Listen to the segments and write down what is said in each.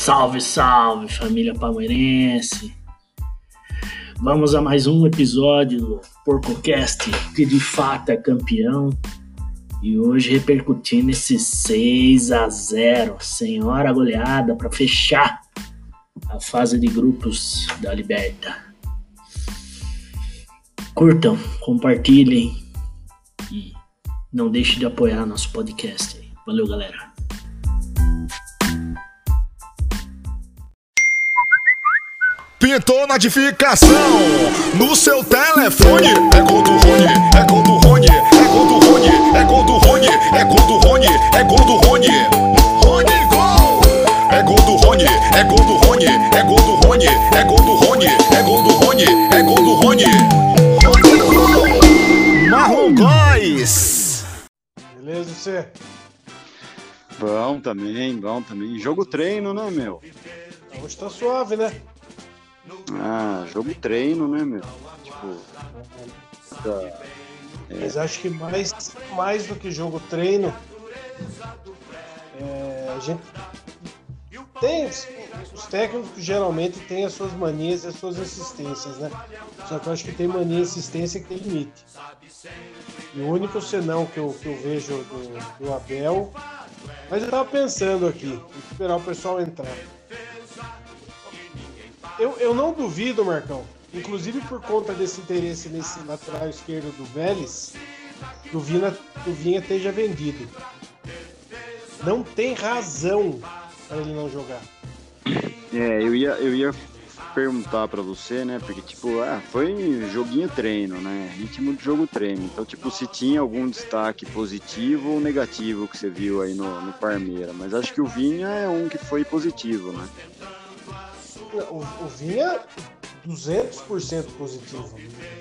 Salve, salve, família palmeirense. Vamos a mais um episódio do PorcoCast, que de fato é campeão. E hoje repercutindo esse 6-0, senhora goleada, para fechar a fase de grupos da Liberta. Curtam, compartilhem e não deixe de apoiar nosso podcast. Valeu, galera. Pintou notificação no seu telefone. É gol do Rony, é gol do Rony, é gol do Rony, é gol do Rony, é gol do Rony, é gol do Rony. Rony gol! É gol do Rony, é gol do Rony, é gol do Rony, é gol do Rony, é gol do Rony, é gol do Rony. Rony gol! Marrom Góis! Beleza, você? Bom também. Jogo treino, né, meu? Hoje tá suave, né? Ah, jogo treino, né, meu? Tipo. Mas acho que mais do que jogo treino, a gente tem. Os técnicos geralmente têm as suas manias e as suas insistências, né? Só que eu acho que tem mania e insistência que tem limite. E o único senão que eu vejo do Abel. Mas eu tava pensando aqui, esperar o pessoal entrar. Eu não duvido, Marcão, inclusive por conta desse interesse nesse lateral esquerdo do Vélez, que o Vinha esteja vendido. Não tem razão para ele não jogar. Eu ia perguntar pra você, né? Porque, tipo, foi joguinho treino, né? Ritmo de jogo treino. Então, tipo, se tinha algum destaque positivo ou negativo que você viu aí no Parmeira. Mas acho que o Vinha é um que foi positivo, né? O Vinha 200% positivo.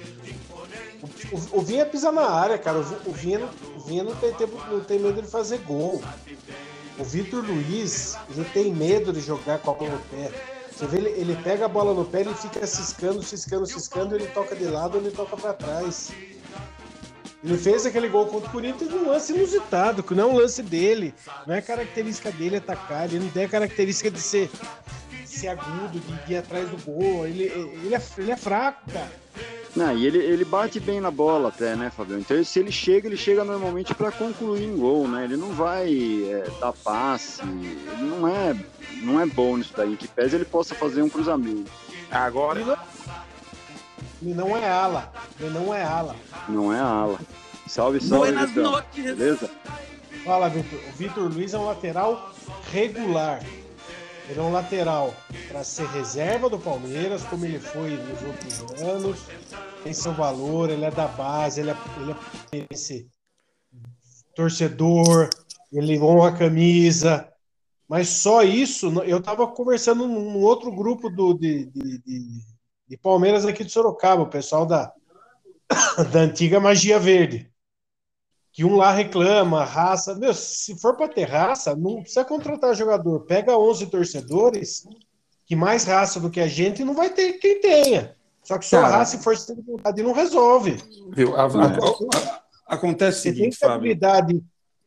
O Vinha pisa na área, cara. O Vinha não tem medo de fazer gol. O Vitor Luiz, ele tem medo de jogar com a bola no pé. Você vê, ele pega a bola no pé, ele fica ciscando, ele toca de lado, ele toca pra trás. Ele fez aquele gol contra o Corinthians num lance inusitado, que não é um lance dele. Não é característica dele atacar, ele não tem a característica de ser agudo, de ir atrás do gol. Ele é fraco, cara. Não, e ele bate bem na bola até, né, Fabião? Então, se ele chega normalmente para concluir em gol, né? Ele não vai dar passe, ele não é bom nisso daí. Que pese ele possa fazer um cruzamento. Agora... Ele não é ala. Não é ala. Salve, Vitão. Beleza? Fala, Vitor. O Vitor Luiz é um lateral regular. Ele é um lateral para ser reserva do Palmeiras, como ele foi nos outros anos. Tem seu valor, ele é da base, ele é esse torcedor, ele honra a camisa. Mas só isso, eu estava conversando num outro grupo de Palmeiras aqui de Sorocaba, o pessoal da antiga Magia Verde. Que um lá reclama, raça. Meu, se for para ter raça, não precisa contratar jogador. Pega 11 torcedores, que mais raça do que a gente, não vai ter quem tenha. Só que só raça e força de vontade não resolve. Viu? Acontece o seguinte, Fábio. Habilidade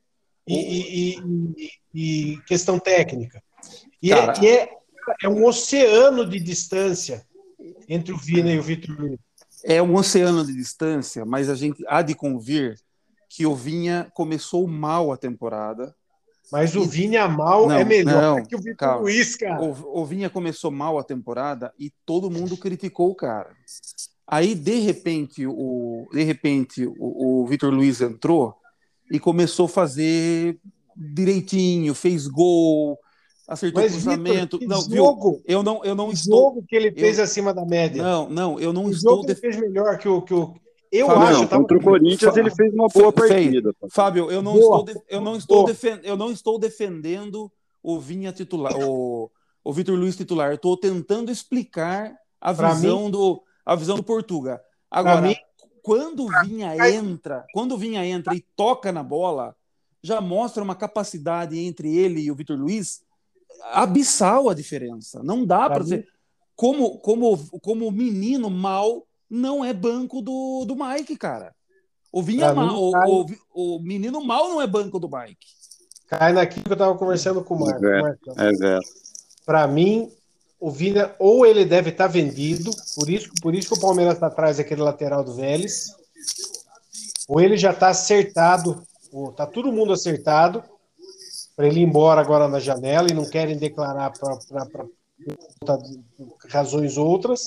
e questão técnica. É um oceano de distância entre o Vina e o Vitor Luiz. É um oceano de distância, mas a gente há de convir que o Vinha começou mal a temporada. Mas o Vinha mal é melhor que o Vitor Luiz, cara. O Vinha começou mal a temporada e todo mundo criticou o cara. Aí, de repente, o Vitor Luiz entrou e começou a fazer direitinho, fez gol, acertou o cruzamento. Jogo que ele fez acima da média. Eu não estou... Ele fez melhor que o... Contra o Corinthians ele fez uma boa partida. Fábio, eu não estou defendendo o Vinha titular, o Vitor Luiz titular. Eu estou tentando explicar a visão do Portuga. Agora, quando o Vinha entra e toca na bola, já mostra uma capacidade entre ele e o Vitor Luiz abissal a diferença. Não dá para dizer como o menino mal não é banco do Mike, cara. O menino mal não é banco do Mike. Cai naquilo que eu tava conversando com o Marco. É. Para mim, o Vina, ou ele deve estar vendido, por isso que o Palmeiras está atrás daquele lateral do Vélez, ou ele já está acertado, ou está todo mundo acertado, para ele ir embora agora na janela e não querem declarar por razões outras.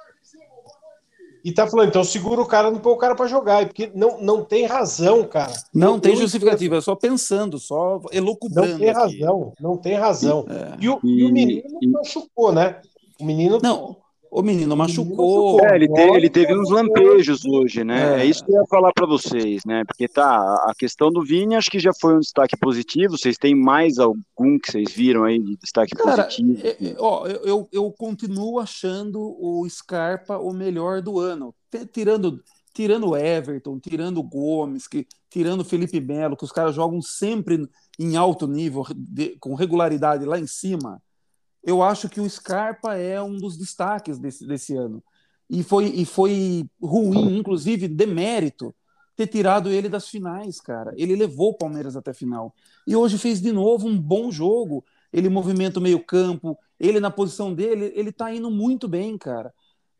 E tá falando, então segura o cara, não põe o cara para jogar, porque não tem razão, cara. Não tem justificativa, é só pensando, só elucubrando. Não tem razão, aqui. Não tem razão. E o menino machucou, né? O menino machucou. Ele teve uns lampejos hoje, né? É isso que eu ia falar para vocês, né? Porque a questão do Vini acho que já foi um destaque positivo. Vocês têm mais algum que vocês viram aí de destaque positivo? Eu continuo achando o Scarpa o melhor do ano. Tirando o Everton, tirando o Gomes, tirando o Felipe Melo, que os caras jogam sempre em alto nível, com regularidade lá em cima. Eu acho que o Scarpa é um dos destaques desse ano. E foi ruim, inclusive, demérito, ter tirado ele das finais, cara. Ele levou o Palmeiras até a final. E hoje fez de novo um bom jogo. Ele movimenta o meio-campo, ele na posição dele, ele tá indo muito bem, cara.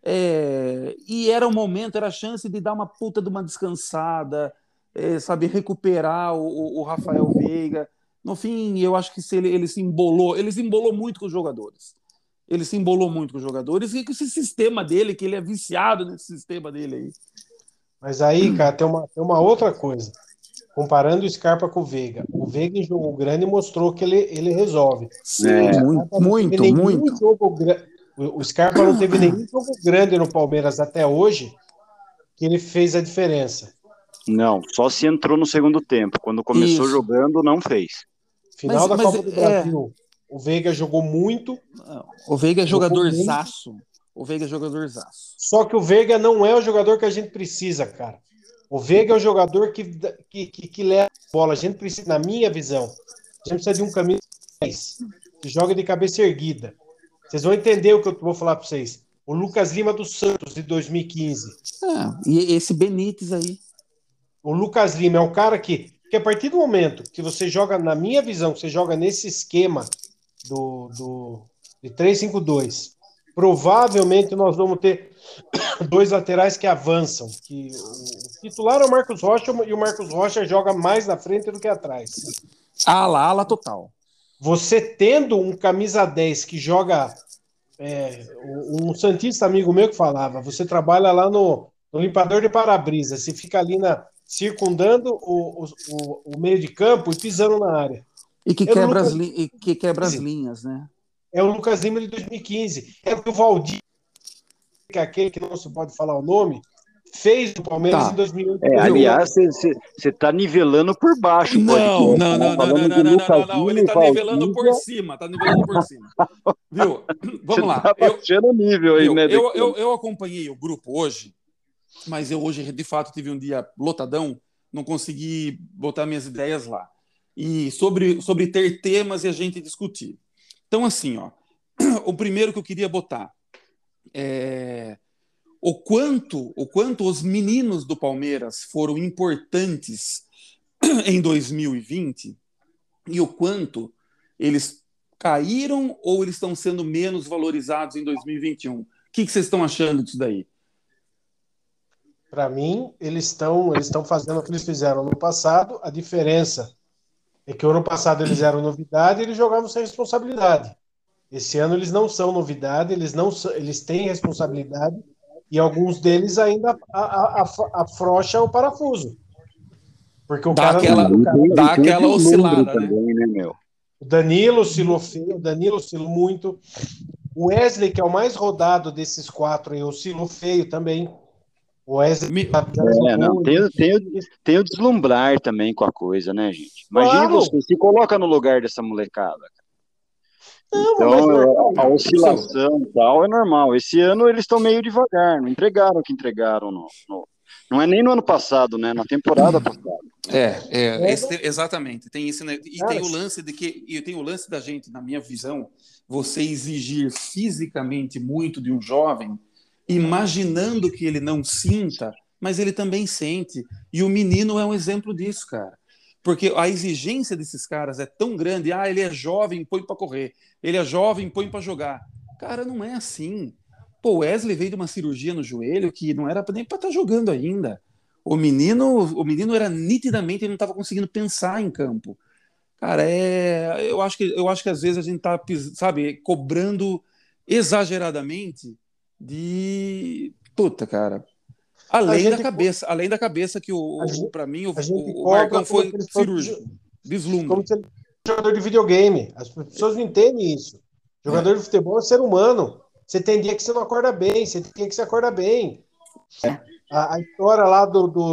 E era o momento, era a chance de dar uma puta de uma descansada, saber recuperar o Rafael Veiga. No fim, eu acho que ele se embolou muito com os jogadores. Ele se embolou muito com os jogadores e com esse sistema dele, que ele é viciado nesse sistema dele aí. Mas aí, cara, tem uma outra coisa. Comparando o Scarpa com o Veiga. O Veiga em jogo grande mostrou que ele resolve. Sim, muito. O Scarpa não teve nenhum jogo grande no Palmeiras até hoje que ele fez a diferença. Não, só se entrou no segundo tempo. Quando começou jogando, não fez. Final da Copa do Brasil, o Veiga jogou muito. O Veiga é jogadorzaço. O Veiga é jogadorzaço. Só que o Veiga não é o jogador que a gente precisa, cara. O Veiga é o jogador que leva a bola. A gente precisa, na minha visão, a gente precisa de um camisa 10, que joga de cabeça erguida. Vocês vão entender o que eu vou falar para vocês. O Lucas Lima do Santos, de 2015. E esse Benítez aí. O Lucas Lima é o cara que a partir do momento que você joga, na minha visão, você joga nesse esquema de 3-5-2, provavelmente nós vamos ter dois laterais que avançam. Que o titular é o Marcos Rocha e o Marcos Rocha joga mais na frente do que atrás. Ala total. Você tendo um camisa 10 que joga... um santista amigo meu que falava, você trabalha lá no limpador de para-brisa, você fica ali circundando o meio de campo e pisando na área. E que quebra as linhas, né? É o Lucas Lima de 2015. É o que o Valdir, que é aquele que não se pode falar o nome, fez no Palmeiras em 2008. Aliás, você está nivelando por baixo. Não. Ele está nivelando por cima. Viu? Vamos lá. Tá baixando o nível aí, né? Eu acompanhei o grupo hoje, mas eu hoje, de fato, tive um dia lotadão, não consegui botar minhas ideias lá. E sobre ter temas e a gente discutir. Então, assim, o primeiro que eu queria botar é o quanto os meninos do Palmeiras foram importantes em 2020 e o quanto eles caíram ou eles estão sendo menos valorizados em 2021. O que vocês estão achando disso daí? Para mim, eles estão fazendo o que eles fizeram no passado. A diferença é que o ano passado eles eram novidade e eles jogavam sem responsabilidade. Esse ano eles não são novidade, eles têm responsabilidade e alguns deles ainda afrouxam o parafuso. Porque o cara dá aquela oscilada, também, né, meu? O Danilo oscilou feio, muito. O Wesley, que é o mais rodado desses quatro aí, oscilou feio também. O Wesley tem o deslumbrar também com a coisa, né, gente? Imagina você se coloca no lugar dessa molecada. Então, a oscilação e tal é normal. Esse ano eles estão meio devagar, não entregaram o que entregaram não é nem no ano passado, né? Na temporada passada. Exatamente. Tem isso, né? Tem o lance da gente, na minha visão, você exigir fisicamente muito de um jovem, imaginando que ele não sinta, mas ele também sente. E o menino é um exemplo disso, cara. Porque a exigência desses caras é tão grande. Ele é jovem, põe para correr. Ele é jovem, põe para jogar. Cara, não é assim. Pô, o Wesley veio de uma cirurgia no joelho que não era nem para estar jogando ainda. O menino era nitidamente, ele não estava conseguindo pensar em campo. Cara, eu acho que às vezes a gente tá, sabe, cobrando exageradamente de puta, cara. Além da cabeça que para mim o Marcão foi cirúrgico, vislumbre. Como se ele fosse jogador de videogame. As pessoas não entendem isso. Jogador de futebol é ser humano. Você tem dia que você não acorda bem, você tem dia que você acorda bem. A história lá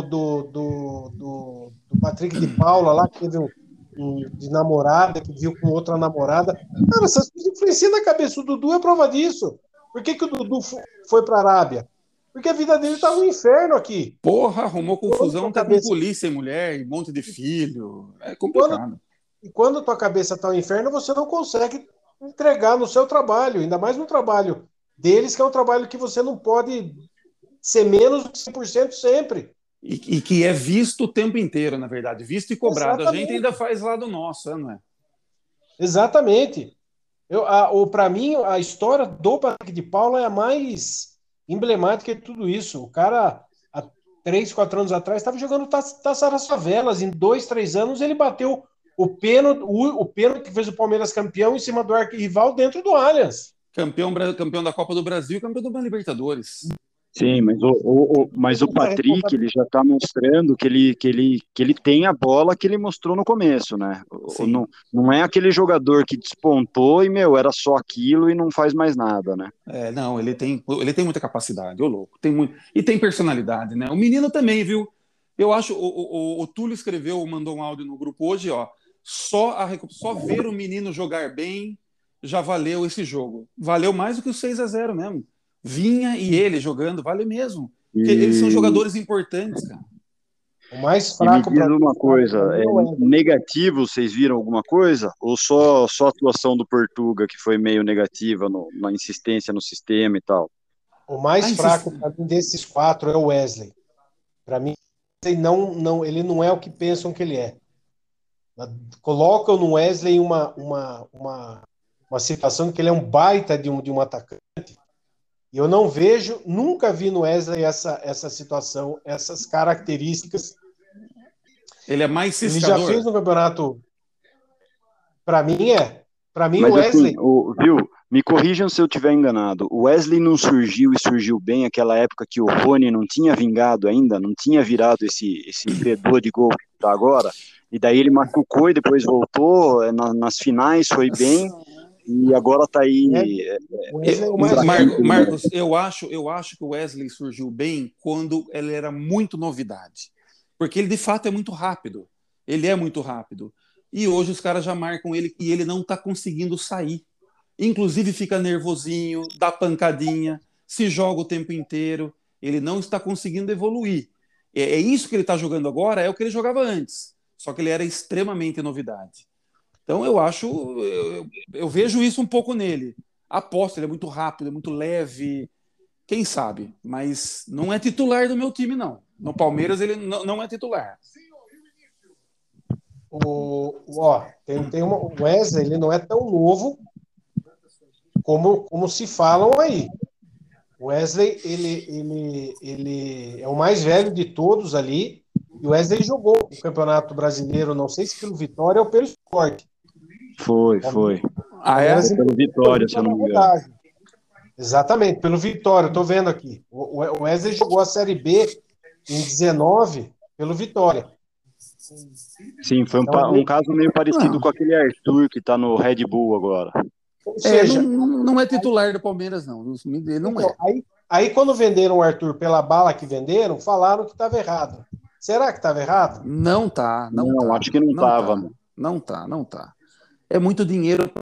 do Patrick de Paula lá, que teve de namorada, que viu com outra namorada. Cara, essas coisas influenciam na cabeça. O Dudu é prova disso. Por que o Dudu foi para a Arábia? Porque a vida dele estava um inferno aqui. Porra, arrumou confusão até com polícia e mulher, um monte de filho. É complicado. Quando a tua cabeça está um inferno, você não consegue entregar no seu trabalho, ainda mais no trabalho deles, que é um trabalho que você não pode ser menos do que 100% sempre. E que é visto o tempo inteiro, na verdade. Visto e cobrado. Exatamente. A gente ainda faz lá do nosso, não é? Exatamente. Para mim, a história do Patrick de Paula é a mais emblemática de tudo isso. O cara, há 3, 4 anos atrás, estava jogando Taça das Favelas. Em 2, 3 anos, ele bateu o pênalti que fez o Palmeiras campeão em cima do arquirrival dentro do Allianz. Campeão da Copa do Brasil e campeão da Libertadores. Sim, mas o Patrick, ele já está mostrando que ele tem a bola que ele mostrou no começo, né? Não é aquele jogador que despontou e, era só aquilo e não faz mais nada, né? Não, ele tem muita capacidade, ô louco. E tem personalidade, né? O menino também, viu? Eu acho, o Túlio mandou um áudio no grupo hoje, ó. Só ver o menino jogar bem já valeu esse jogo. Valeu mais do que o 6-0 mesmo. Vinha e ele jogando, vale mesmo. Porque eles são jogadores importantes, cara. O mais fraco. Me diz uma coisa, negativo, vocês viram alguma coisa? Ou só a atuação do Portuga, que foi meio negativa na insistência no sistema e tal? O mais fraco para mim desses 4 é o Wesley. Para mim, ele não é o que pensam que ele é. Colocam no Wesley uma situação que ele é um baita de um atacante. E eu não vejo, nunca vi no Wesley essa situação, essas características. Ele é mais ciscador. Ele já fez no campeonato. Para mim, Mas, o Wesley. Assim, viu? Me corrijam se eu estiver enganado. O Wesley não surgiu bem aquela época que o Rony não tinha vingado ainda, não tinha virado esse fedor de gol que está agora. E daí ele machucou e depois voltou. Nas finais foi bem. E agora tá aí. Marcos, eu acho que o Wesley surgiu bem quando ele era muito novidade. Porque ele, de fato, é muito rápido. Ele é muito rápido. E hoje os caras já marcam ele e ele não tá conseguindo sair. Inclusive fica nervosinho, dá pancadinha, se joga o tempo inteiro. Ele não está conseguindo evoluir. É isso que ele está jogando agora, é o que ele jogava antes. Só que ele era extremamente novidade. Então eu vejo isso um pouco nele. Aposto, ele é muito rápido, é muito leve. Quem sabe? Mas não é titular do meu time, não. No Palmeiras ele não é titular. O Wesley, ele não é tão novo como se falam aí. O Wesley, ele é o mais velho de todos ali. E o Wesley jogou o Campeonato Brasileiro, não sei se pelo Vitória ou pelo Sport. Foi. Pelo Vitória, se eu não me engano. Exatamente, pelo Vitória, eu tô vendo aqui. O Wesley jogou a Série B em 19 pelo Vitória. Sim, foi um caso meio parecido com aquele Arthur que tá no Red Bull agora. Ou seja, não é titular do Palmeiras, não. Ele não é. Aí, quando venderam o Arthur pela bala que venderam, falaram que estava errado. Será que estava errado? Não tá. Não, acho que não estava. Não tá. É muito dinheiro.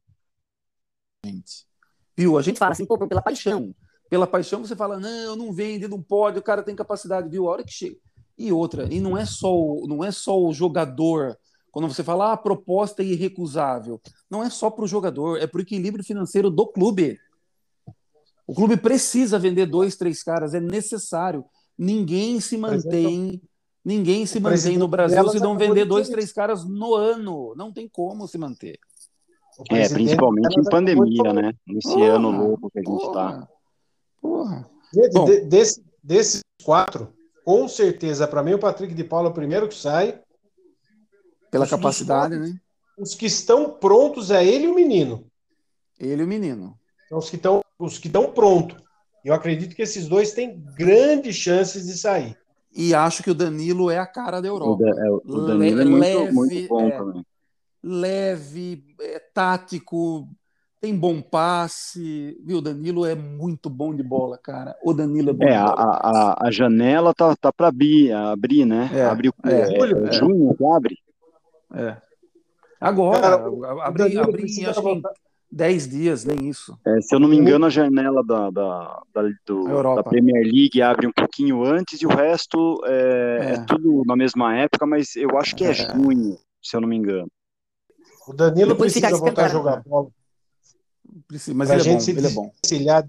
Viu? A gente fala assim, pela paixão. Pela paixão você fala, não vende, não pode, o cara tem capacidade, viu? A hora que chega. E outra, e não é só o jogador. Quando você fala, a proposta é irrecusável. Não é só para o jogador, é para o equilíbrio financeiro do clube. O clube precisa vender 2, 3 caras, é necessário. Ninguém se mantém Ninguém se O mantém no presidente Brasil delas se não acabou vender de dois, dizer três isso. caras no ano. Não tem como se manter. O presidente Principalmente em delas acabou de pandemia, falar. né? Nesse ano Porra, louco que a gente tá. porra, porra. Gente, Bom, desses quatro, com certeza, para mim, o Patrick de Paula é o primeiro que sai. pela Dos capacidade, quatro, né? os que estão prontos é ele e o menino. Ele e o menino. São os que estão prontos. Eu acredito que esses dois têm grandes chances de sair. E acho que o Danilo é a cara da Europa. O Danilo é muito Leve, bom também. leve, tático, tem bom passe. Viu? O Danilo é muito bom de bola, cara. O Danilo é bom de bola demais. A janela tá para abrir, né? É, Abre o quê? é, Julho, Junho que abre? é. cara, Agora, o abri, Danilo abri precisa acho que em voltar. 10 dias, nem isso. Se eu O não me Danilo, engano, a janela A da Europa. Premier League abre um pouquinho antes e o resto é É, tudo na mesma época, mas eu acho que é é. junho, se eu não me engano. o Danilo Depois fica precisa voltar a escancarado. jogar bola Mas para a ele é gente bom, se ele é bom. desvencilhar.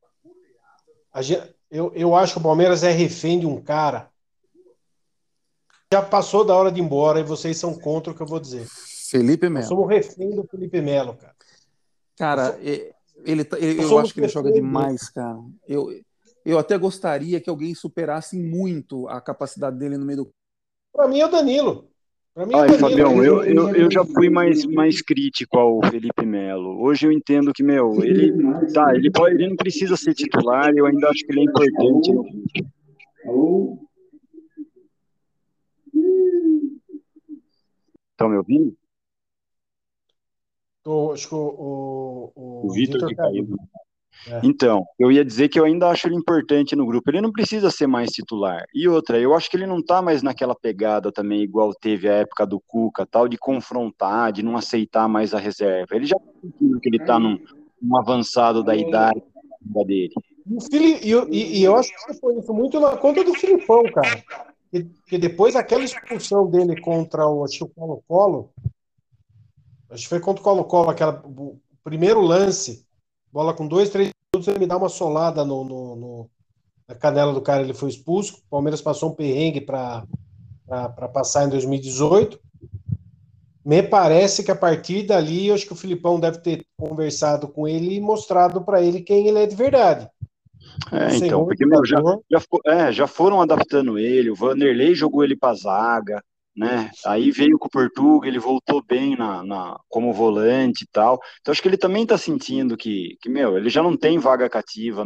Eu acho que o Palmeiras é refém de um cara. Já passou da hora de ir embora e vocês são contra o que eu vou dizer. Felipe Nós Melo. somos refém do Felipe Melo, cara. Cara, Nós eu somos acho que ele joga refém dele. demais, cara. Eu até gostaria que alguém superasse muito a capacidade dele no meio do. Para mim é o Danilo. Para mim é o Ai, Danilo. Fabião, eu já fui mais crítico ao Felipe Melo. Hoje eu entendo que, ele não precisa ser titular, eu ainda acho que ele é importante no grupo. Estão me ouvindo? Acho que o O Vitor Vitor que caiu. caiu. É. Então, eu ia dizer que eu ainda acho ele importante no grupo. Ele não precisa ser mais titular. E outra, eu acho que ele não tá mais naquela pegada também, igual teve a época do Cuca, tal, de confrontar, de não aceitar mais a reserva. Ele já tá sentindo que ele tá num avançado da idade dele. E eu acho que foi isso muito na conta do Filipão, cara. Que depois aquela expulsão dele contra acho que o Colo-Colo, acho que foi contra o Colo-Colo, o primeiro lance, bola com 2, 3 minutos, ele me dá uma solada na canela do cara, ele foi expulso. O Palmeiras passou um perrengue para passar em 2018. Me parece que a partir dali, eu acho que o Filipão deve ter conversado com ele e mostrado para ele quem ele é de verdade. Então, porque, já foram adaptando ele, o Vanderlei jogou ele pra zaga, né? Aí veio com o Portuga, ele voltou bem como volante e tal. Então, acho que ele também tá sentindo que ele já não tem vaga cativa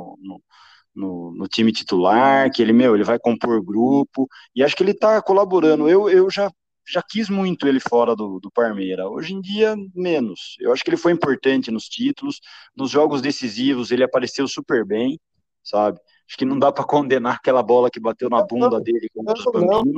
no time titular, que ele vai compor grupo, e acho que ele tá colaborando. Eu já quis muito ele fora do Palmeiras. Hoje em dia, menos. Eu acho que ele foi importante nos títulos, nos jogos decisivos ele apareceu super bem, sabe? Acho que não dá para condenar aquela bola que bateu na bunda dele contra os Bambinos.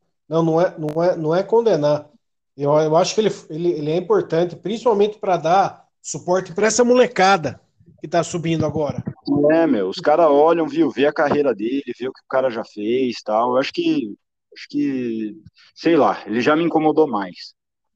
Não é condenar. Eu acho que ele é importante, principalmente para dar suporte para essa molecada que está subindo agora. Os caras olham, vê a carreira dele, vê o que o cara já fez, tal. Eu acho que, sei lá, ele já me incomodou mais.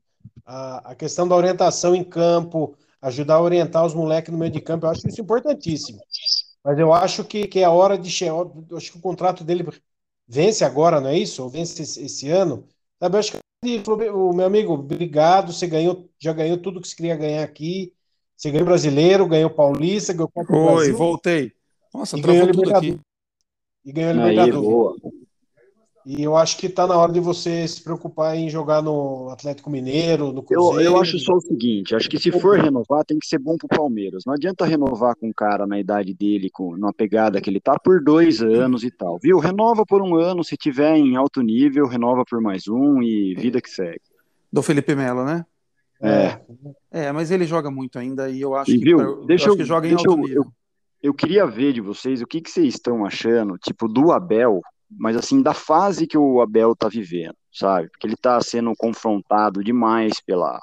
A questão da orientação em campo, ajudar a orientar os moleques no meio de campo, eu acho isso importantíssimo. Mas eu acho que é a hora de chegar. Eu acho que o contrato dele vence agora, não é isso? Ou vence esse ano? Sabe, eu acho que o meu amigo, obrigado, você já ganhou tudo que você queria ganhar aqui. Você ganhou Brasileiro, ganhou Paulista, ganhou Copa do Brasil. Voltei. Nossa, e ganhou tudo Libertadores. aqui. E ganhou Aí, Libertadores. boa. E eu acho que está na hora de você se preocupar em jogar no Atlético Mineiro, no Cruzeiro. Eu acho só o seguinte, acho que se for renovar, tem que ser bom pro Palmeiras. Não adianta renovar com um cara na idade dele, numa pegada que ele tá, por 2 anos e tal. Viu? Renova por 1 ano, se tiver em alto nível, renova por mais um e vida que segue. Do Felipe Melo, né? Mas ele joga muito ainda e eu acho que joga em alto nível. Eu queria ver de vocês o que vocês estão achando, tipo, do Abel, mas assim, da fase que o Abel tá vivendo, sabe? Porque ele tá sendo confrontado demais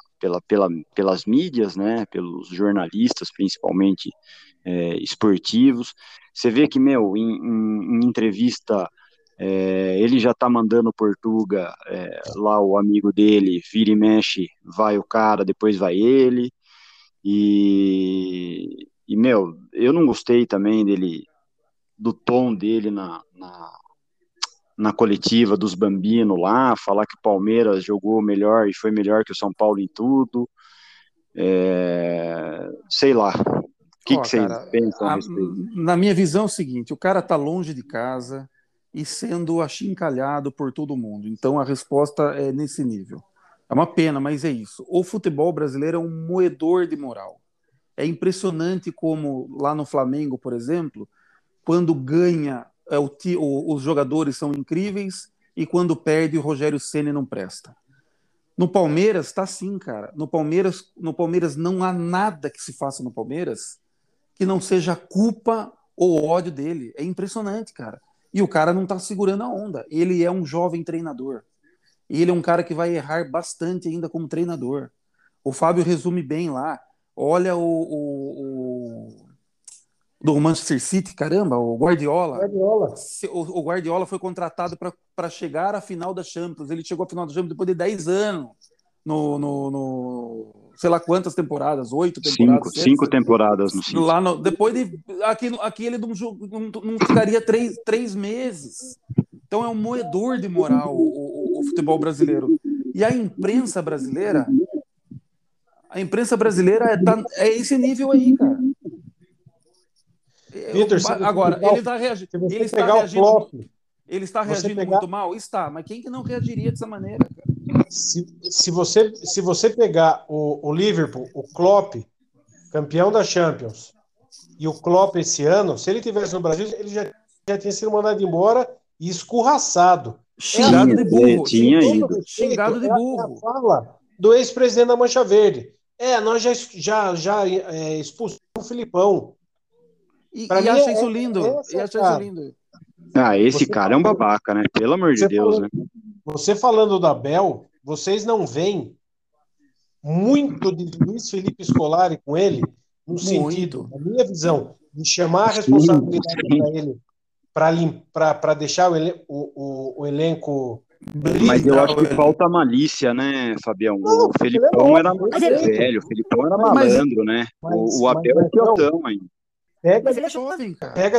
pelas mídias, né? Pelos jornalistas, principalmente esportivos. Você vê que, em entrevista, ele já tá mandando Portuga, lá o amigo dele, vira e mexe, vai o cara, depois vai ele. E eu não gostei também do tom dele na coletiva dos Bambino lá, falar que o Palmeiras jogou melhor e foi melhor que o São Paulo em tudo. Sei lá. O que vocês pensam a respeito? Na minha visão é o seguinte, o cara tá longe de casa e sendo achincalhado por todo mundo. Então a resposta é nesse nível. É uma pena, mas é isso. O futebol brasileiro é um moedor de moral. É impressionante como lá no Flamengo, por exemplo, quando ganha, os jogadores são incríveis e quando perde, o Rogério Ceni não presta. No Palmeiras tá assim, cara. No Palmeiras não há nada que se faça no Palmeiras que não seja culpa ou ódio dele. É impressionante, cara. E o cara não tá segurando a onda. Ele é um jovem treinador. E ele é um cara que vai errar bastante ainda como treinador. O Fábio resume bem lá. Olha do Manchester City, caramba, o Guardiola. O Guardiola foi contratado para chegar à final da Champions. Ele chegou à final da Champions depois de 10 anos. Sei lá quantas temporadas, 8 temporadas. 5 temporadas no City. Depois de. Aqui ele não ficaria 3 meses. Então é um moedor de moral o futebol brasileiro. E a imprensa brasileira é esse nível aí, cara. Vitor, agora, ele está reagindo. Ele está reagindo muito mal? Está, mas quem que não reagiria dessa maneira, cara? Se você pegar o Liverpool, o Klopp, campeão da Champions, e o Klopp esse ano, se ele tivesse no Brasil, ele já tinha sido mandado embora e escorraçado. Xingado de burro. Xingado de burro. A fala do ex-presidente da Mancha Verde. Nós já expulsamos o Filipão. E acha isso lindo. Esse cara é um babaca, né? Pelo amor de Deus, né? Você falando do Abel, vocês não veem muito de Luiz Felipe Scolari com ele, no sentido, na minha visão, de chamar a responsabilidade para ele para deixar o elenco brilhar. Mas eu acho que falta malícia, né, Fabião? O Felipão era mais velho, o Felipão era malandro, né? O Abel é piotão ainda. Mas ele é jovem, cara. Pega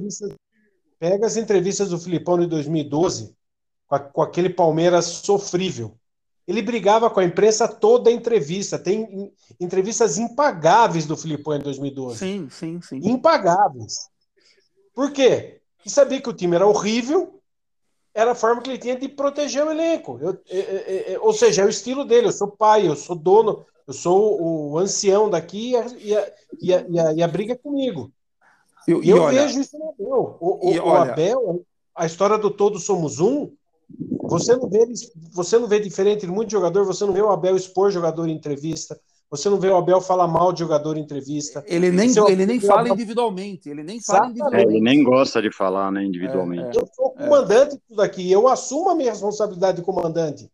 as entrevistas do Filipão de 2012 com aquele Palmeiras sofrível. Ele brigava com a imprensa toda a entrevista. Tem entrevistas impagáveis do Filipão em 2012. Sim. Impagáveis. Por quê? Ele sabia que o time era horrível, era a forma que ele tinha de proteger o elenco. Ou seja, é o estilo dele. Eu sou pai, eu sou dono, eu sou o ancião daqui e a briga é comigo. Eu vejo isso no Abel. O Abel, a história do Todos Somos Um, você não vê diferente de muito jogador, você não vê o Abel expor jogador em entrevista, você não vê o Abel falar mal de jogador em entrevista. Ele nem fala individualmente. Ele nem gosta de falar, né, individualmente. Eu sou comandante disso daqui, eu assumo a minha responsabilidade de comandante.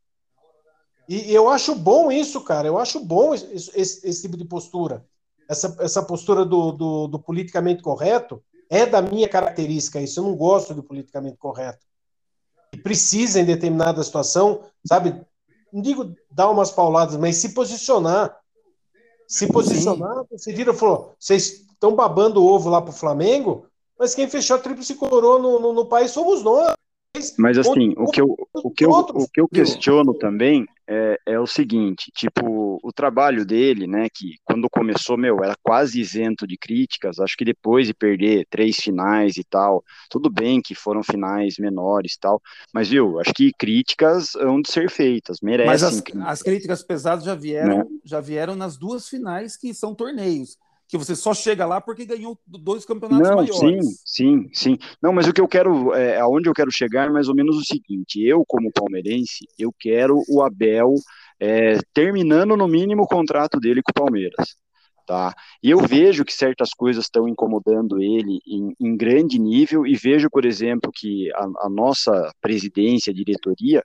E eu acho bom isso, cara. Eu acho bom esse tipo de postura. Essa postura do politicamente correto é da minha característica. Isso eu não gosto do politicamente correto. E precisa, em determinada situação, sabe, não digo dar umas pauladas, mas se posicionar. Se posicionar, você vira e falou: vocês estão babando o ovo lá pro Flamengo, mas quem fechou a tríplice coroa no país somos nós. Mas assim, o que eu questiono também é o seguinte, tipo, o trabalho dele, né, que quando começou, era quase isento de críticas, acho que depois de perder 3 finais e tal, tudo bem que foram finais menores e tal, mas acho que críticas hão de ser feitas, merecem. Mas as críticas pesadas já vieram nas 2 finais que são torneios, que você só chega lá porque ganhou 2 campeonatos maiores. Sim. Não, mas o que eu quero, aonde eu quero chegar é mais ou menos o seguinte: eu, como palmeirense, eu quero o Abel terminando no mínimo o contrato dele com o Palmeiras, tá? E eu vejo que certas coisas estão incomodando ele em grande nível, e vejo, por exemplo, que a nossa presidência, diretoria,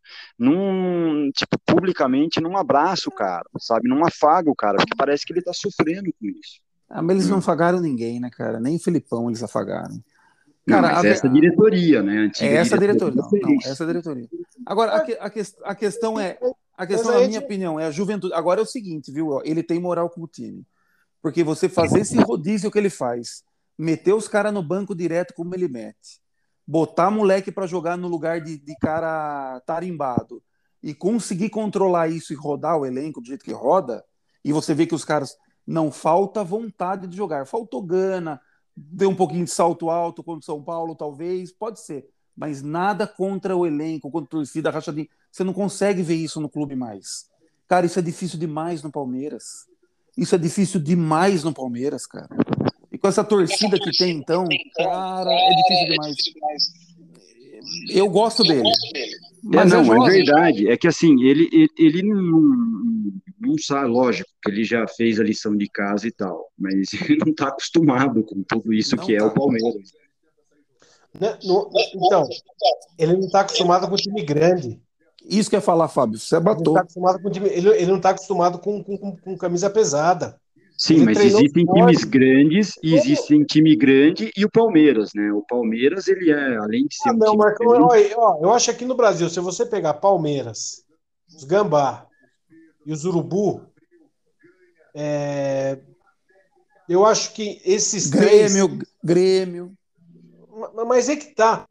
publicamente não abraça o cara, sabe? Não afaga o cara, porque parece que ele tá sofrendo com isso. Mas eles não afagaram ninguém, né, cara? Nem o Filipão eles afagaram. Cara, mas essa diretoria, né? Essa diretoria. Essa diretoria. Agora, a questão na minha opinião, é a juventude. Agora é o seguinte, viu? Ele tem moral com o time. Porque você fazer esse rodízio que ele faz, meter os caras no banco direto como ele mete, botar moleque para jogar no lugar de cara tarimbado e conseguir controlar isso e rodar o elenco do jeito que roda, e você vê que os caras não falta vontade de jogar. Faltou gana, deu um pouquinho de salto alto contra o São Paulo, talvez, pode ser. Mas nada contra o elenco, contra a torcida, rachadinha. Você não consegue ver isso no clube mais. Cara, isso é difícil demais no Palmeiras. Isso é difícil demais no Palmeiras, cara. E com essa torcida que tem, então, cara, é difícil demais. Eu gosto dele. Mas não, é jovem. verdade. É que assim, ele não sabe, lógico, que ele já fez a lição de casa e tal, mas ele não está acostumado com tudo isso Não que é tá. o Palmeiras. Então, ele não está acostumado com time grande. Isso que é falar, Fábio. Você Ele não batou. está acostumado com time, ele não está acostumado com camisa pesada. Sim, Ele mas treinou existem forte. times grandes e existem time grande e o Palmeiras, né? O Palmeiras, ele é, além de ser um Não, time Marcão, grande... ó, eu acho que aqui no Brasil, se você pegar Palmeiras, os Gambá e os Urubu, eu acho que esses Grêmio. Mas é que tá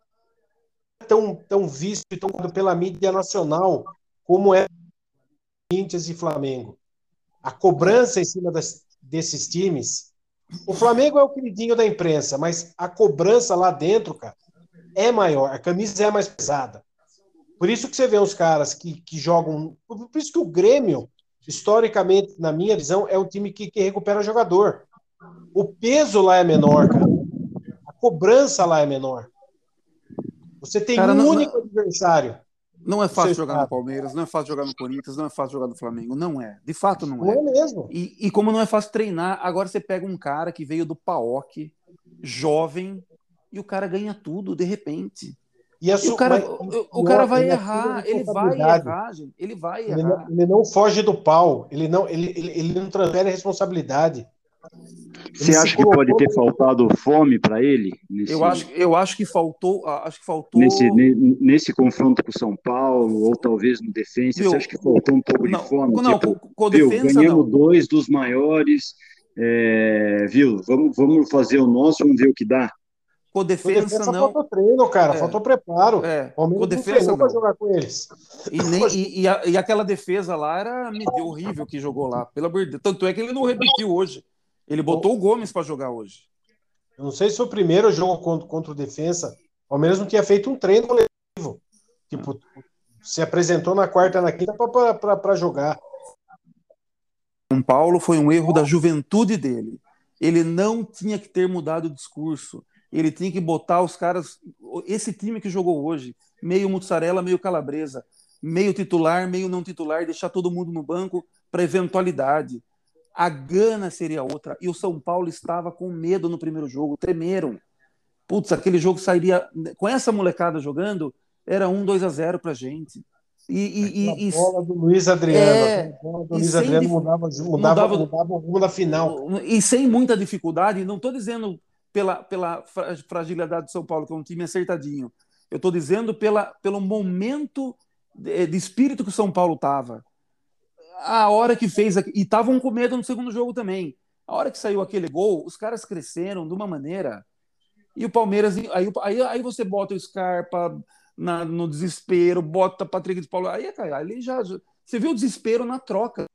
tão visto e tão pela mídia nacional como é Corinthians e Flamengo. A cobrança em cima desses times. O Flamengo é o queridinho da imprensa, mas a cobrança lá dentro, cara, é maior. A camisa é mais pesada. Por isso que você vê os caras que jogam. Por isso que o Grêmio, historicamente, na minha visão, é o time que recupera jogador. O peso lá é menor, cara. A cobrança lá é menor. Você tem único adversário. Não é fácil jogar no Palmeiras, não é fácil jogar no Corinthians, não é fácil jogar no Flamengo. Não é. De fato, não é. Não é mesmo. E como não é fácil treinar, agora você pega um cara que veio do PAOK, jovem, e o cara ganha tudo de repente. O cara vai errar, ele vai errar, gente. Ele vai errar. Ele não foge do pau, ele não transfere a responsabilidade. Você acha que pode ter faltado fome para ele? Eu acho que faltou. Nesse confronto com o São Paulo, ou talvez no defensa, você acha que faltou um pouco de fome? Não, com defensa, ganhamos 2 dos maiores, viu? Vamos fazer o nosso, vamos ver o que dá. Com defensa não. Faltou treino, cara, faltou preparo. Com defesa não. Pra jogar com eles. E aquela defesa lá era horrível que jogou lá, pelo amor de Deus. Tanto é que ele não repetiu hoje. Ele botou o Gomes para jogar hoje. Eu não sei se foi o primeiro jogo contra o Defensa. O Palmeiras não tinha feito um treino coletivo. Tipo, se apresentou na quarta, na quinta para jogar. São Paulo foi um erro da juventude dele. Ele não tinha que ter mudado o discurso. Ele tinha que botar os caras... Esse time que jogou hoje, meio mussarela, meio calabresa, meio titular, meio não titular, deixar todo mundo no banco para eventualidade. A gana seria outra. E o São Paulo estava com medo no primeiro jogo. Tremeram. Putz, aquele jogo sairia... Com essa molecada jogando, era 1-2-0 pra gente. A bola do Luiz Adriano. A bola do Luiz Adriano mudava o rumo da final. E sem muita dificuldade. Não estou dizendo pela fragilidade do São Paulo, que é um time acertadinho. Eu estou dizendo pelo momento de espírito que o São Paulo estava. A hora que fez... E estavam com medo no segundo jogo também. A hora que saiu aquele gol, os caras cresceram de uma maneira... E o Palmeiras... Aí você bota o Scarpa no desespero, bota Patrick de Paulo... Aí já... Você viu o desespero na troca.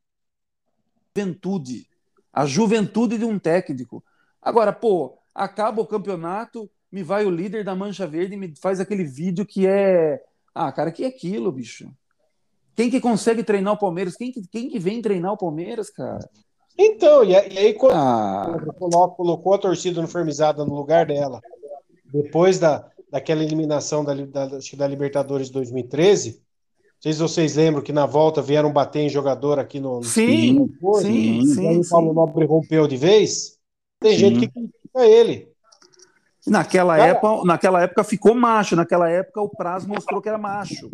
A juventude de um técnico. Agora, acaba o campeonato, me vai o líder da Mancha Verde e me faz aquele vídeo que é... cara, que é aquilo, bicho? Quem que consegue treinar o Palmeiras? Quem que vem treinar o Palmeiras, cara? Então, e aí quando colocou a torcida uniformizada no lugar dela, depois daquela eliminação da Libertadores 2013, não sei se vocês lembram que na volta vieram bater em jogador aqui no... Sim. O Paulo Nobre rompeu de vez. Tem gente que critica ele. Naquela época ficou macho. Naquela época o Praz mostrou que era macho.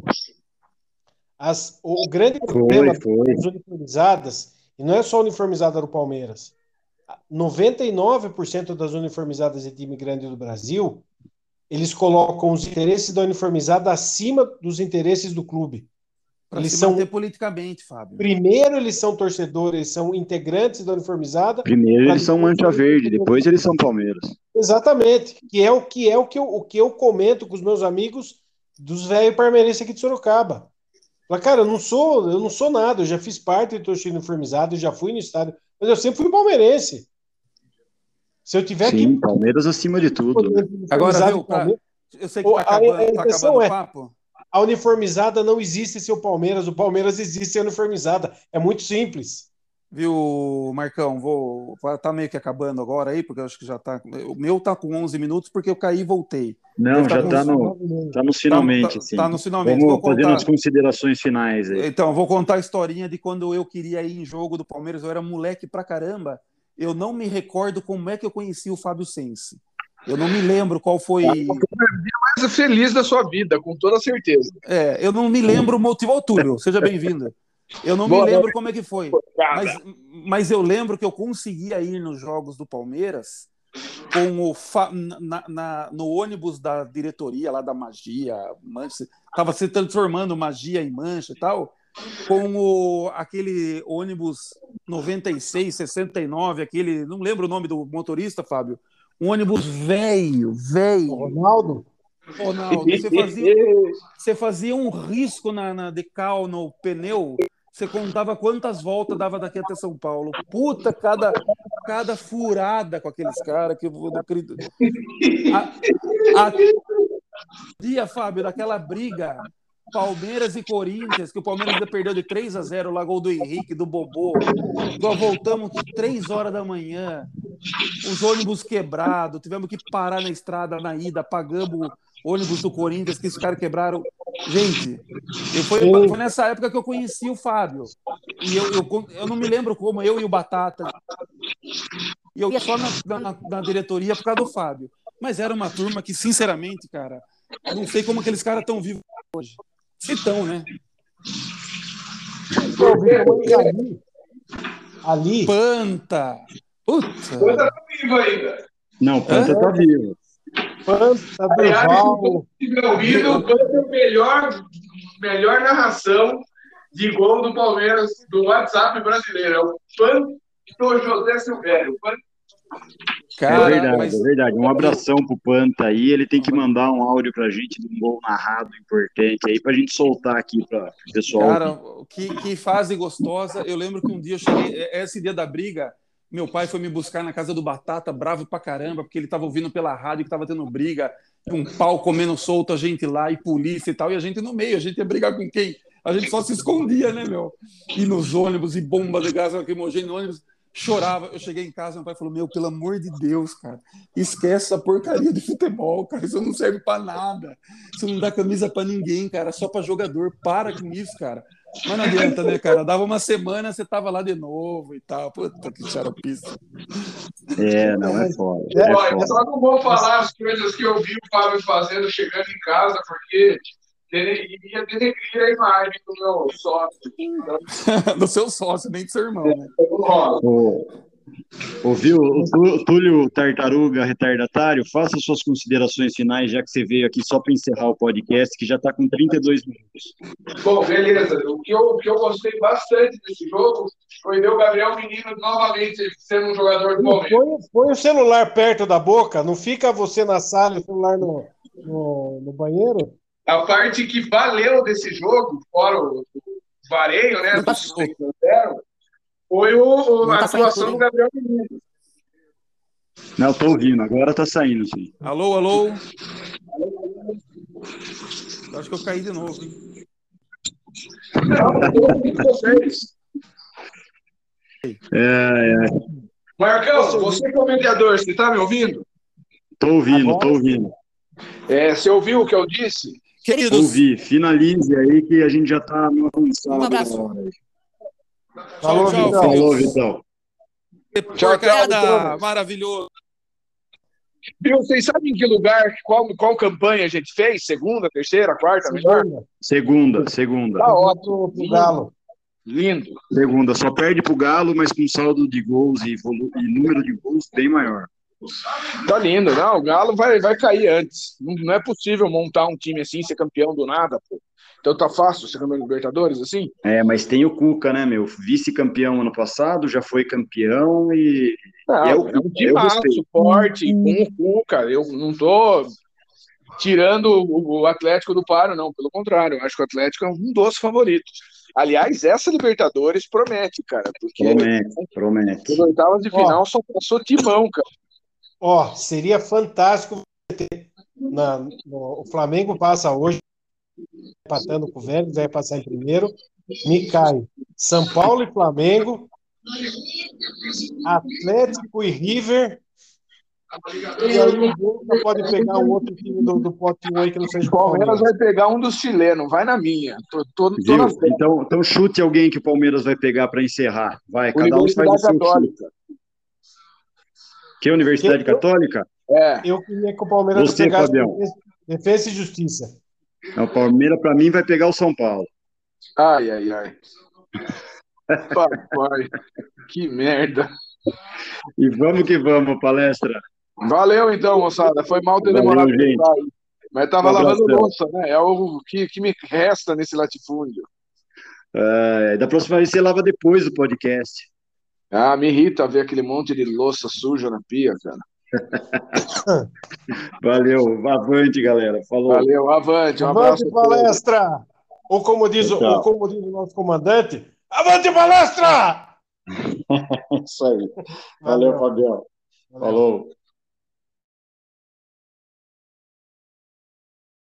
O grande problema das uniformizadas, e não é só uniformizada do Palmeiras, 99% das uniformizadas de time grande do Brasil, eles colocam os interesses da uniformizada acima dos interesses do clube. Eles se são manter politicamente, Fábio. Primeiro eles são torcedores, eles são integrantes da uniformizada. Primeiro eles são Mancha Verde, depois eles são Palmeiras. Exatamente, que é o que eu comento com os meus amigos dos velhos parmeirenses aqui de Sorocaba. Fala, cara, eu não sou nada, eu já fiz parte de torcida uniformizada, eu já fui no estádio, mas eu sempre fui palmeirense. Se eu tiver Sim, Palmeiras acima de tudo. Né? Agora, viu, eu sei que tá acabando o papo. A uniformizada não existe sem o Palmeiras existe sem a uniformizada. É muito simples. Viu, Marcão? Tá meio que acabando agora aí, porque eu acho que já tá. O meu tá com 11 minutos porque eu caí e voltei. Não, já tá no finalmente, sim. Tá no finalmente. Vamos fazendo as considerações finais aí. Então, vou contar a historinha de quando eu queria ir em jogo do Palmeiras. Eu era moleque pra caramba. Eu não me recordo como é que eu conheci o Fábio Sensi. Eu não me lembro qual foi. É o dia mais feliz da sua vida, com toda certeza. Eu não me lembro o motivo. Ô, Túlio, seja bem-vindo. Eu não me lembro como é que foi. Mas eu lembro que eu conseguia ir nos jogos do Palmeiras com no ônibus da diretoria lá da Magia. Estava se transformando Magia em Mancha e tal. Com aquele ônibus 96, 69, aquele. Não lembro o nome do motorista, Fábio. Um ônibus velho. Ronaldo, você fazia um risco na decal, no pneu, você contava quantas voltas dava daqui até São Paulo. Puta, cada furada com aqueles caras que eu não acredito. Dia, Fábio, daquela briga Palmeiras e Corinthians, que o Palmeiras ainda perdeu de 3-0, lá gol do Henrique, do Bobô. Nós voltamos 3 horas da manhã, os ônibus quebrados, tivemos que parar na estrada, na ida, pagamos o ônibus do Corinthians, que os caras quebraram. Gente, foi nessa época que eu conheci o Fábio. E eu não me lembro como, eu e o Batata. E eu ia só na diretoria por causa do Fábio. Mas era uma turma que, sinceramente, cara, não sei como aqueles caras estão vivos hoje. Se estão, né? Ali. Panta. Puta. Panta tá vivo ainda. Não, Panta tá vivo. Panta, Durval. O Panta é o melhor narração de gol do Palmeiras do WhatsApp brasileiro. É o Panta José Silvério. Cara, é verdade. Um abração pro Panta aí. Ele tem que mandar um áudio pra gente de um gol narrado importante aí pra gente soltar aqui pra pessoal. Cara, que fase gostosa. Eu lembro que um dia eu cheguei, esse dia da briga, meu pai foi me buscar na casa do Batata, bravo pra caramba, porque ele tava ouvindo pela rádio que tava tendo briga, um pau comendo solto, a gente lá e polícia e tal, e a gente no meio, a gente ia brigar com quem? A gente só se escondia, né, meu? E nos ônibus, e bomba de gás lacrimogêneo no ônibus. Chorava, eu cheguei em casa, meu pai falou, meu, pelo amor de Deus, cara, esquece essa porcaria de futebol, cara, isso não serve pra nada, isso não dá camisa pra ninguém, cara, só pra jogador, para com isso, cara. Mas não adianta, né, cara, dava uma semana, você tava lá de novo e tal, puta que xaropice. Não, é foda. Eu só não vou falar as coisas que eu vi o Fábio fazendo chegando em casa, porque ia denegrir a imagem do meu sócio. Do seu sócio, nem do seu irmão, né? Ouviu? O Túlio Tartaruga Retardatário, faça suas considerações finais, já que você veio aqui só para encerrar o podcast, que já está com 32 minutos. Bom, beleza. O que eu gostei bastante desse jogo foi ver o Gabriel Menino novamente sendo um jogador do Palmeiras. Põe o celular perto da boca, não fica você na sala e o celular no banheiro? A parte que valeu desse jogo, fora o vareio, né? Foi a atuação do Gabriel Menino. Não, tô ouvindo, agora tá saindo, sim. Alô? Acho que eu caí de novo, hein? Marcão, você que é o mediador, você tá me ouvindo? Tô ouvindo. Você ouviu o que eu disse? Queridos, ouvi, finalize aí que a gente já tá no avançado. Um abraço. Falou, tchau, Vitão. Falou, Vitão. Tchau. Maravilhoso. Viu, vocês sabem em que lugar, qual campanha a gente fez? Segunda, terceira, quarta, melhor? Segunda. Tá ótimo. Pro Galo. Lindo. Segunda, só perde pro Galo, mas com saldo de gols e número de gols bem maior. Tá lindo, não, o Galo vai cair antes. Não é possível montar um time assim e ser campeão do nada, pô. Então tá fácil ser campeão da Libertadores, assim? Mas tem o Cuca, né, meu? Vice-campeão ano passado, já foi campeão e é o Não, é um Cuca, eu timaço respeito. forte, com o Cuca. Eu não tô tirando o Atlético do páreo, não. Pelo contrário, eu acho que o Atlético é um dos favoritos. Aliás, essa Libertadores promete, cara, porque Promete. as oitavas de final só passou timão, cara. Seria fantástico o Flamengo passa hoje, empatando com o Vélez, vai passar em primeiro. Me cai São Paulo e Flamengo, Atlético e River. E aí o Boca pode pegar um outro time do pote 1 aí que não seja O Palmeiras vai pegar um dos chilenos, vai na minha. Tô na frente. Então chute alguém que o Palmeiras vai pegar para encerrar. Vai, cada um faz o seu Católica. chute. Que Universidade Católica? Eu queria que o Palmeiras pegasse Defesa e Justiça. O Palmeiras, para mim, vai pegar o São Paulo. Ai. Papai, que merda. E vamos que vamos, palestra. Valeu, então, moçada. Foi mal ter demorado pra entrar aí. Mas tava lavando louça, né? É o que me resta nesse latifúndio. Da próxima vez você lava depois do podcast. Me irrita ver aquele monte de louça suja na pia, cara. Valeu, avante, galera. Falou. Valeu, avante. Um abraço. Avante, palestra! Ou como diz o nosso comandante, avante, palestra! Isso aí. Valeu, Fabião. Falou.